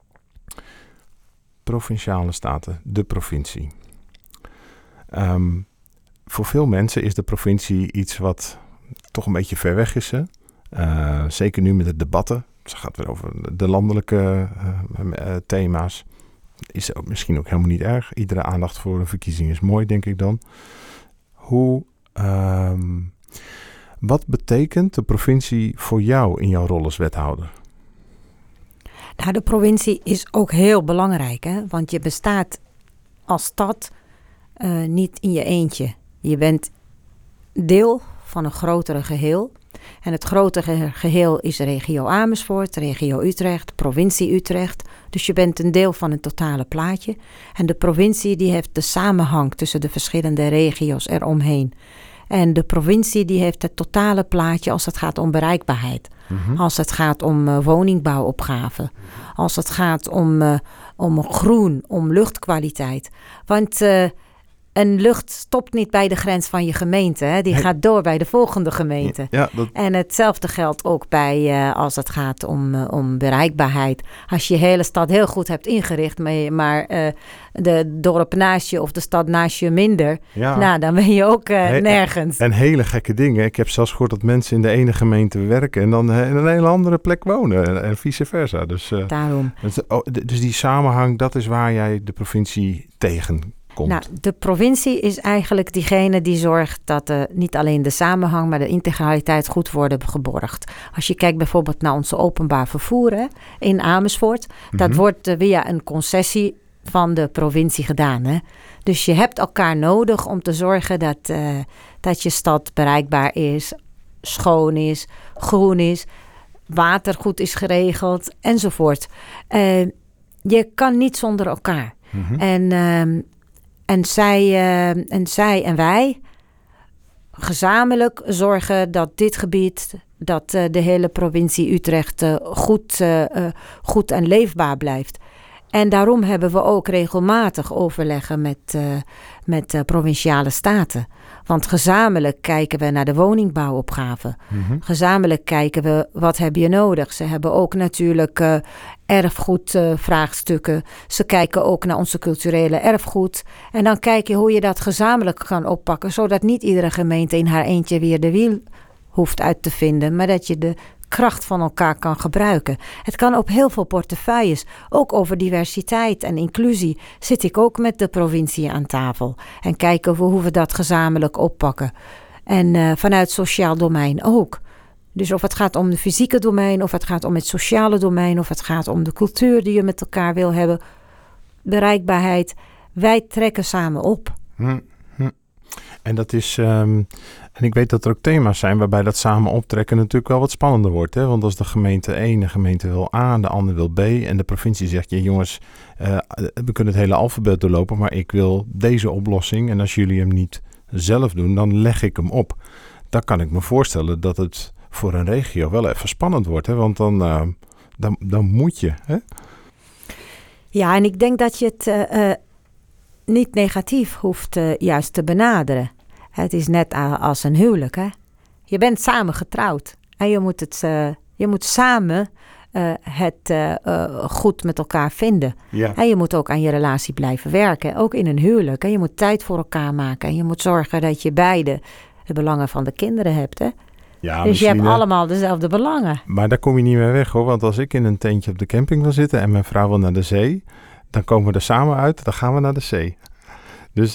S1: provinciale staten, de provincie. Um, voor veel mensen is de provincie iets wat toch een beetje ver weg is. Hè? Uh, zeker nu met de debatten. Het gaat weer over de landelijke uh, uh, thema's. Is ook misschien ook helemaal niet erg. Iedere aandacht voor een verkiezing is mooi, denk ik dan. Hoe, um, wat betekent de provincie voor jou in jouw rol als wethouder?
S2: Nou, de provincie is ook heel belangrijk, hè? Want je bestaat als stad uh, niet in je eentje. Je bent deel van een grotere geheel. En het grotere geheel is regio Amersfoort, regio Utrecht, provincie Utrecht. Dus je bent een deel van een totale plaatje. En de provincie die heeft de samenhang tussen de verschillende regio's eromheen. En de provincie die heeft het totale plaatje als het gaat om bereikbaarheid. Mm-hmm. Als het gaat om uh, woningbouwopgave. Als het gaat om, uh, om groen, om luchtkwaliteit. Want Uh, En lucht stopt niet bij de grens van je gemeente. Hè? Die nee. gaat door bij de volgende gemeente.
S1: Ja, dat...
S2: En hetzelfde geldt ook bij uh, als het gaat om, uh, om bereikbaarheid. Als je je hele stad heel goed hebt ingericht, maar, maar uh, de dorp naast je of de stad naast je minder, ja. nou, dan ben je ook uh, He- nergens.
S1: En hele gekke dingen. Ik heb zelfs gehoord dat mensen in de ene gemeente werken en dan in een hele andere plek wonen en, en vice versa. Dus, uh,
S2: Daarom.
S1: Dus, oh, dus die samenhang, dat is waar jij de provincie tegen komt.
S2: Nou, de provincie is eigenlijk diegene die zorgt dat uh, niet alleen de samenhang, maar de integraliteit goed worden geborgd. Als je kijkt bijvoorbeeld naar onze openbaar vervoer hè, in Amersfoort, mm-hmm. dat wordt uh, via een concessie van de provincie gedaan. Hè? Dus je hebt elkaar nodig om te zorgen dat, uh, dat je stad bereikbaar is, schoon is, groen is, water goed is geregeld enzovoort. Uh, je kan niet zonder elkaar. Mm-hmm. En uh, En zij, uh, en zij en wij gezamenlijk zorgen dat dit gebied, dat uh, de hele provincie Utrecht uh, goed, uh, uh, goed en leefbaar blijft. En daarom hebben we ook regelmatig overleggen met, uh, met uh, provinciale staten. Want gezamenlijk kijken we naar de woningbouwopgave. Mm-hmm. Gezamenlijk kijken we, wat heb je nodig? Ze hebben ook natuurlijk uh, erfgoedvraagstukken. Uh, Ze kijken ook naar onze culturele erfgoed. En dan kijk je hoe je dat gezamenlijk kan oppakken, zodat niet iedere gemeente in haar eentje weer de wiel hoeft uit te vinden, maar dat je de kracht van elkaar kan gebruiken. Het kan op heel veel portefeuilles. Ook over diversiteit en inclusie zit ik ook met de provincie aan tafel. En kijken we hoe we dat gezamenlijk oppakken. En uh, vanuit sociaal domein ook. Dus of het gaat om het fysieke domein, of het gaat om het sociale domein, of het gaat om de cultuur die je met elkaar wil hebben. Bereikbaarheid. Wij trekken samen op.
S1: Hm, hm. En dat is, um, en ik weet dat er ook thema's zijn waarbij dat samen optrekken natuurlijk wel wat spannender wordt. Hè? Want als de gemeente één, de gemeente wil A, de ander wil B en de provincie zegt, ja jongens, uh, we kunnen het hele alfabet doorlopen, maar ik wil deze oplossing en als jullie hem niet zelf doen, dan leg ik hem op. Dan kan ik me voorstellen dat het voor een regio wel even spannend wordt, hè? Want dan, uh, dan, dan moet je. Hè?
S2: Ja, en ik denk dat je het uh, uh, niet negatief hoeft uh, juist te benaderen. Het is net als een huwelijk, hè. Je bent samen getrouwd en je moet, het, uh, je moet samen uh, het uh, uh, goed met elkaar vinden.
S1: Ja.
S2: En je moet ook aan je relatie blijven werken, ook in een huwelijk. En je moet tijd voor elkaar maken en je moet zorgen dat je beide de belangen van de kinderen hebt, hè.
S1: Ja,
S2: dus je hebt
S1: uh,
S2: allemaal dezelfde belangen.
S1: Maar daar kom je niet meer weg, hoor. Want als ik in een tentje op de camping wil zitten en mijn vrouw wil naar de zee, dan komen we er samen uit, dan gaan we naar de zee. Dus,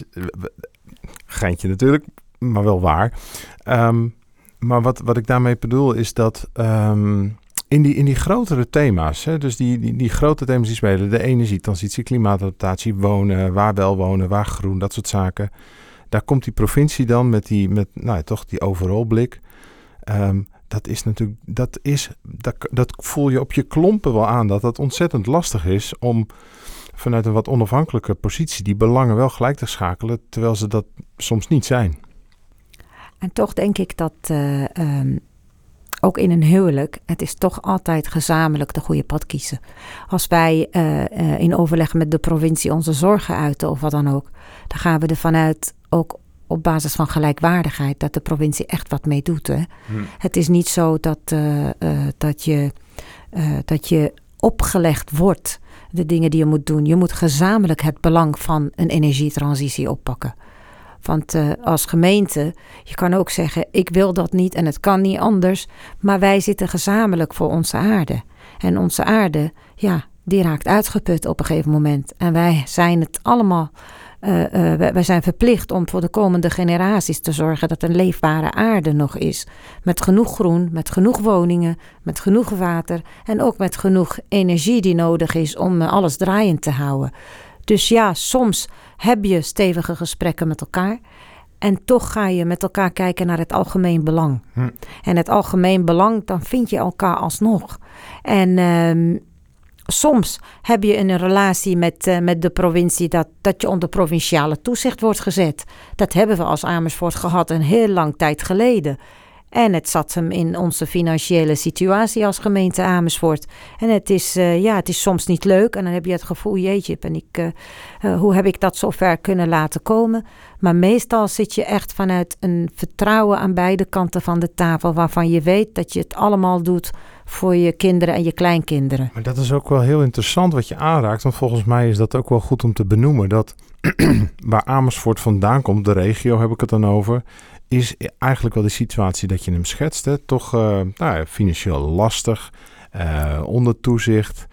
S1: geintje natuurlijk, maar wel waar. Um, maar wat, wat ik daarmee bedoel is dat um, in, die, in die grotere thema's, hè, dus die, die, die grote thema's die spelen, de energietransitie, klimaatadaptatie, wonen, waar wel wonen, waar groen, dat soort zaken. Daar komt die provincie dan met die, met, nou, toch die overal blik. Um, dat is natuurlijk, dat is, dat, dat voel je op je klompen wel aan, dat het ontzettend lastig is om vanuit een wat onafhankelijke positie die belangen wel gelijk te schakelen, terwijl ze dat soms niet zijn.
S2: En toch denk ik dat uh, um, ook in een huwelijk, het is toch altijd gezamenlijk de goede pad kiezen. Als wij uh, uh, in overleg met de provincie onze zorgen uiten of wat dan ook, dan gaan we ervan uit, ook op basis van gelijkwaardigheid, dat de provincie echt wat mee doet. Hè? Hmm. Het is niet zo dat, uh, uh, dat, je, uh, dat je opgelegd wordt de dingen die je moet doen. Je moet gezamenlijk het belang van een energietransitie oppakken. Want uh, als gemeente, je kan ook zeggen, ik wil dat niet en het kan niet anders. Maar wij zitten gezamenlijk voor onze aarde. En onze aarde, ja, die raakt uitgeput op een gegeven moment. En wij zijn het allemaal, uh, uh, wij, wij zijn verplicht om voor de komende generaties te zorgen dat een leefbare aarde nog is. Met genoeg groen, met genoeg woningen, met genoeg water en ook met genoeg energie die nodig is om uh, alles draaiend te houden. Dus ja, soms heb je stevige gesprekken met elkaar. En toch ga je met elkaar kijken naar het algemeen belang. Hm. En het algemeen belang, dan vind je elkaar alsnog. En um, soms heb je een relatie met, uh, met de provincie dat, dat je onder provinciale toezicht wordt gezet. Dat hebben we als Amersfoort gehad een heel lang tijd geleden. En het zat hem in onze financiële situatie als gemeente Amersfoort. En het is, uh, ja, het is soms niet leuk. En dan heb je het gevoel, jeetje, ben ik, uh, uh, hoe heb ik dat zo ver kunnen laten komen? Maar meestal zit je echt vanuit een vertrouwen aan beide kanten van de tafel, waarvan je weet dat je het allemaal doet voor je kinderen en je kleinkinderen.
S1: Maar dat is ook wel heel interessant wat je aanraakt. Want volgens mij is dat ook wel goed om te benoemen. Dat waar Amersfoort vandaan komt, de regio heb ik het dan over, is eigenlijk wel de situatie dat je hem schetst. Hè? Toch uh, nou ja, financieel lastig, uh, onder toezicht.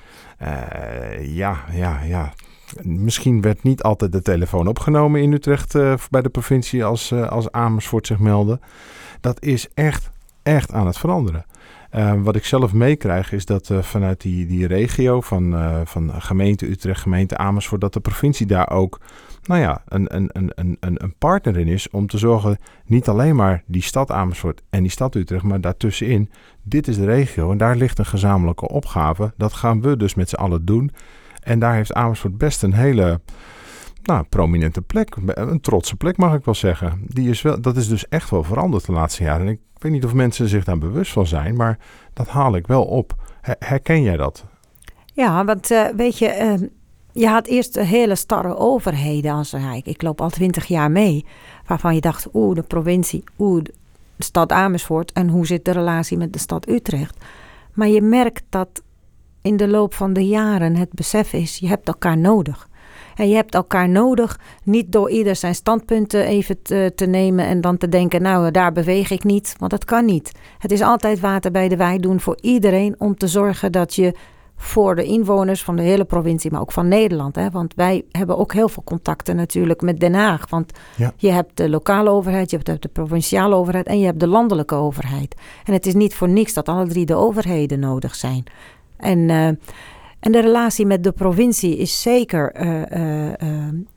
S1: Uh, ja, ja, ja. Misschien werd niet altijd de telefoon opgenomen in Utrecht uh, bij de provincie als, uh, als Amersfoort zich meldde. Dat is echt, echt aan het veranderen. Uh, wat ik zelf meekrijg is dat uh, vanuit die, die regio van, uh, van gemeente Utrecht, gemeente Amersfoort, dat de provincie daar ook nou ja, een, een, een, een, een partner in is om te zorgen, niet alleen maar die stad Amersfoort en die stad Utrecht, maar daartussenin, dit is de regio en daar ligt een gezamenlijke opgave. Dat gaan we dus met z'n allen doen. En daar heeft Amersfoort best een hele nou, prominente plek, een trotse plek mag ik wel zeggen. Die is wel, dat is dus echt wel veranderd de laatste jaren. En ik weet niet of mensen zich daar bewust van zijn, maar dat haal ik wel op. Her, herken jij dat?
S2: Ja, want uh, weet je, uh, je had eerst hele starre overheden. Als, uh, ik, ik loop al twintig jaar mee, waarvan je dacht, oeh, de provincie, oeh, de stad Amersfoort en hoe zit de relatie met de stad Utrecht. Maar je merkt dat in de loop van de jaren het besef is, je hebt elkaar nodig. En je hebt elkaar nodig, niet door ieder zijn standpunten even te, te nemen en dan te denken, nou, daar beweeg ik niet, want dat kan niet. Het is altijd water bij de wei doen voor iedereen om te zorgen dat je voor de inwoners van de hele provincie, maar ook van Nederland, hè, want wij hebben ook heel veel contacten natuurlijk met Den Haag, want ja. Je hebt de lokale overheid, je hebt de provinciale overheid en je hebt de landelijke overheid. En het is niet voor niks dat alle drie de overheden nodig zijn. En uh, En de relatie met de provincie is zeker uh, uh, uh,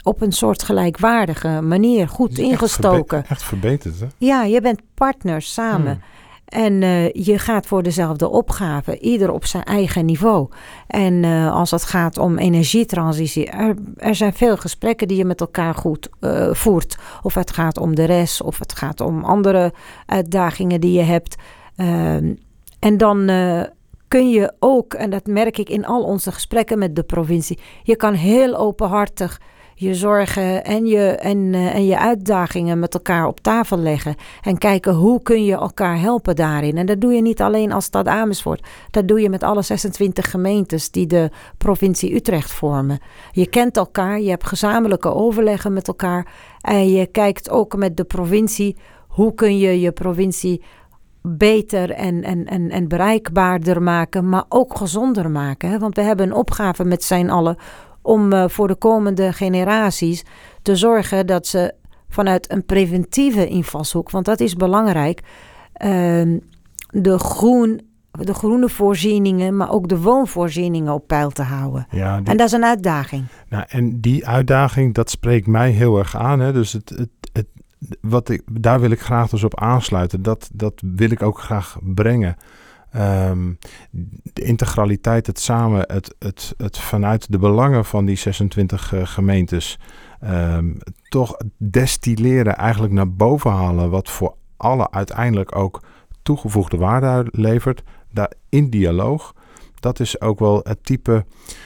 S2: op een soort gelijkwaardige manier goed
S1: Dus echt
S2: ingestoken.
S1: verbe- Echt verbeterd, hè?
S2: Ja, je bent partners samen.
S1: Hmm.
S2: En uh, je gaat voor dezelfde opgave, ieder op zijn eigen niveau. En uh, als het gaat om energietransitie, er, er zijn veel gesprekken die je met elkaar goed uh, voert. Of het gaat om de rest, of het gaat om andere uitdagingen die je hebt. Uh, en dan uh, kun je ook, en dat merk ik in al onze gesprekken met de provincie, je kan heel openhartig je zorgen en je, en, uh, en je uitdagingen met elkaar op tafel leggen. En kijken hoe kun je elkaar helpen daarin. En dat doe je niet alleen als stad Amersfoort. Dat doe je met alle zesentwintig gemeentes die de provincie Utrecht vormen. Je kent elkaar, je hebt gezamenlijke overleggen met elkaar. En je kijkt ook met de provincie, hoe kun je je provincie beter en, en, en, en bereikbaarder maken, maar ook gezonder maken. Hè? Want we hebben een opgave met z'n allen om uh, voor de komende generaties te zorgen dat ze vanuit een preventieve invalshoek, want dat is belangrijk, uh, de, groen, de groene voorzieningen, maar ook de woonvoorzieningen op peil te houden.
S1: Ja, die,
S2: en dat is een uitdaging.
S1: Nou, en die uitdaging, dat spreekt mij heel erg aan. Hè? Dus het, het, het, wat ik, daar wil ik graag dus op aansluiten. Dat, dat wil ik ook graag brengen. Um, de integraliteit, het samen, het, het, het vanuit de belangen van die zesentwintig uh, gemeentes um, toch destilleren, eigenlijk naar boven halen, wat voor alle uiteindelijk ook toegevoegde waarde levert, daar in dialoog. Dat is ook wel het type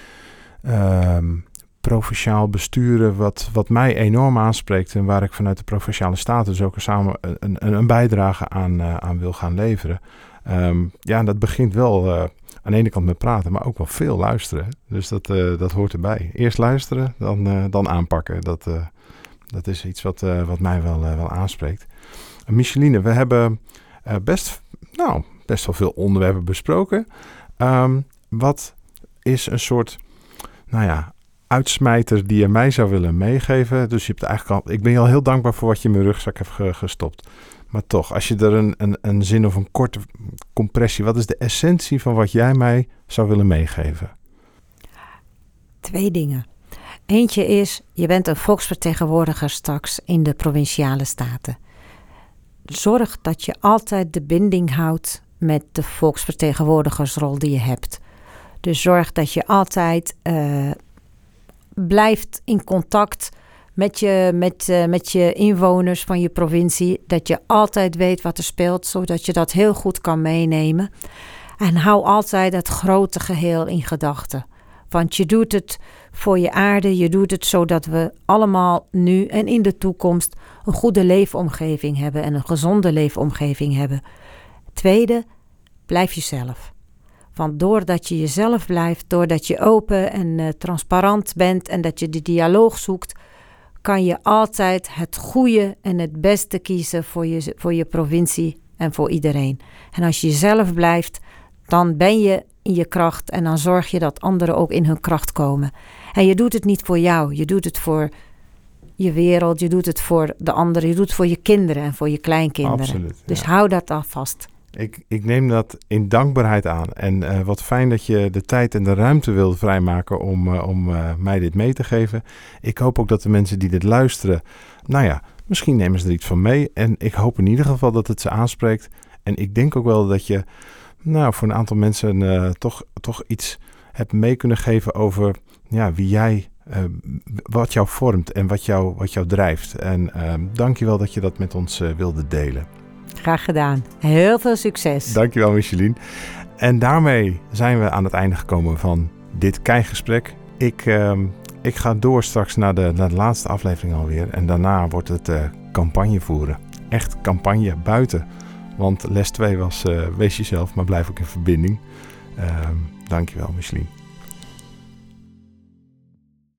S1: um, provinciaal besturen wat, wat mij enorm aanspreekt en waar ik vanuit de provinciale staten dus ook samen een, een, een bijdrage aan, uh, aan wil gaan leveren. Um, ja, dat begint wel uh, aan de ene kant met praten, maar ook wel veel luisteren. Dus dat, uh, dat hoort erbij. Eerst luisteren, dan, uh, dan aanpakken. Dat, uh, dat is iets wat, uh, wat mij wel, uh, wel aanspreekt. Uh, Micheline, we hebben uh, best, nou, best wel veel onderwerpen besproken. Um, wat is een soort, nou ja, uitsmijter die je mij zou willen meegeven? Dus je hebt eigenlijk al, ik ben je al heel dankbaar voor wat je in mijn rugzak hebt ge- gestopt. Maar toch, als je er een, een, een zin of een korte compressie, wat is de essentie van wat jij mij zou willen meegeven?
S2: Twee dingen. Eentje is, je bent een volksvertegenwoordiger straks in de provinciale staten. Zorg dat je altijd de binding houdt met de volksvertegenwoordigersrol die je hebt. Dus zorg dat je altijd uh, blijft in contact Met je, met, uh, met je inwoners van je provincie. Dat je altijd weet wat er speelt, zodat je dat heel goed kan meenemen. En hou altijd het grote geheel in gedachten. Want je doet het voor je aarde. Je doet het zodat we allemaal nu en in de toekomst een goede leefomgeving hebben. En een gezonde leefomgeving hebben. Tweede, blijf jezelf. Want doordat je jezelf blijft, doordat je open en uh, transparant bent en dat je de dialoog zoekt, kan je altijd het goede en het beste kiezen voor je, voor je provincie en voor iedereen. En als je jezelf blijft, dan ben je in je kracht en dan zorg je dat anderen ook in hun kracht komen. En je doet het niet voor jou, je doet het voor je wereld, je doet het voor de anderen, je doet het voor je kinderen en voor je kleinkinderen.
S1: Absoluut, ja.
S2: Dus hou dat al vast.
S1: Ik, ik neem dat in dankbaarheid aan. En uh, wat fijn dat je de tijd en de ruimte wilt vrijmaken om, uh, om uh, mij dit mee te geven. Ik hoop ook dat de mensen die dit luisteren, nou ja, misschien nemen ze er iets van mee. En ik hoop in ieder geval dat het ze aanspreekt. En ik denk ook wel dat je, nou, voor een aantal mensen uh, toch, toch iets hebt mee kunnen geven over, ja, wie jij, uh, wat jou vormt en wat jou, wat jou drijft. En uh, dank je wel dat je dat met ons uh, wilde delen.
S2: Graag gedaan. Heel veel succes.
S1: Dankjewel, Micheline. En daarmee zijn we aan het einde gekomen van dit Keigesprek. Ik, uh, ik ga door straks naar de, naar de laatste aflevering alweer. En daarna wordt het uh, campagne voeren. Echt campagne buiten. Want les twee was uh, wees jezelf, maar blijf ook in verbinding. Uh, dankjewel, Micheline.